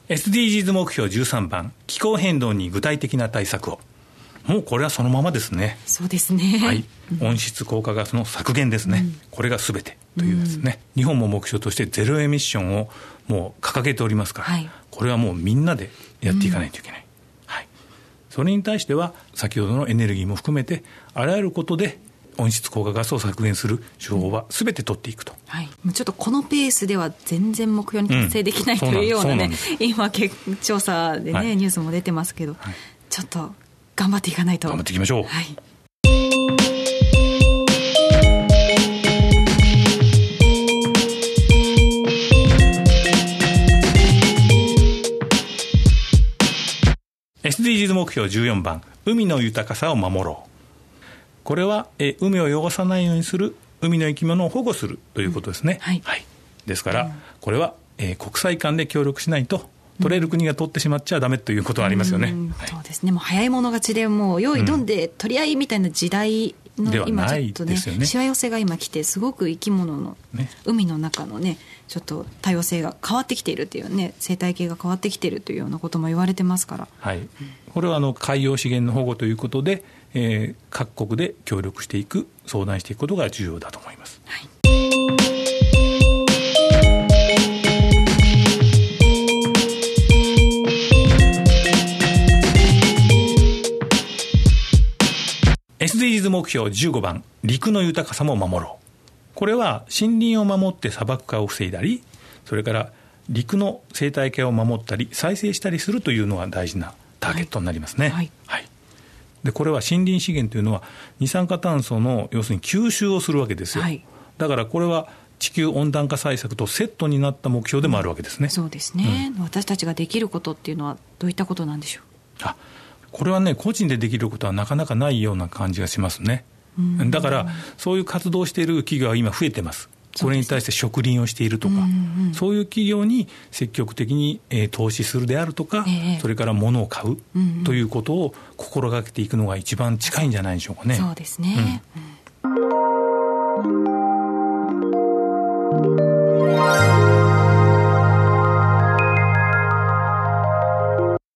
SDGs 目標13番、気候変動に具体的な対策を。もうこれはそのままですね。 そうですね、 はい、温室効果ガスの削減ですね、これが全てというですね、日本も目標としてゼロエミッションをもう掲げておりますから、これはもうみんなでやっていかないといけない、はい、それに対しては先ほどのエネルギーも含めてあらゆることで温室効果ガスを削減する手法は全て取っていくと、 はい、ちょっとこのペースでは全然目標に達成できない、というようなね、今調査でね、ニュースも出てますけど、ちょっと頑張っていかないと。 頑張っていきましょう。 はい。 SDGs 目標14番、海の豊かさを守ろう。これは海を汚さないようにする、海の生き物を保護するということですね、はいはい、ですから、これは国際間で協力しないと取れる国が取ってしまっちゃダメということがありますよね、 はい、そうですね。もう早い者勝ちでもう用意どんで取り合いみたいな時代の今ちょっとね、しわ寄せが今来て、すごく生き物の、海の中のねちょっと多様性が変わってきているというね、生態系が変わってきているというようなことも言われてますから、はい、 これは海洋資源の保護ということで、各国で協力していく、相談していくことが重要だと思います、はい。SDGs 目標15番、陸の豊かさも守ろう。これは森林を守って砂漠化を防いだり、それから陸の生態系を守ったり再生したりするというのが大事なターゲットになりますね、はいはい。でこれは森林資源というのは二酸化炭素の要するに吸収をするわけですよ、はい、だからこれは地球温暖化対策とセットになった目標でもあるわけですね、 そうですね、私たちができることっていうのはどういったことなんでしょう。 これはね、個人でできることはなかなかないような感じがしますね。だからそういう活動をしている企業は今増えてます。これに対して植林をしているとか、そういう企業に積極的に投資するであるとか、それから物を買うということを心がけていくのが一番近いんじゃないでしょうかね。 そうですね、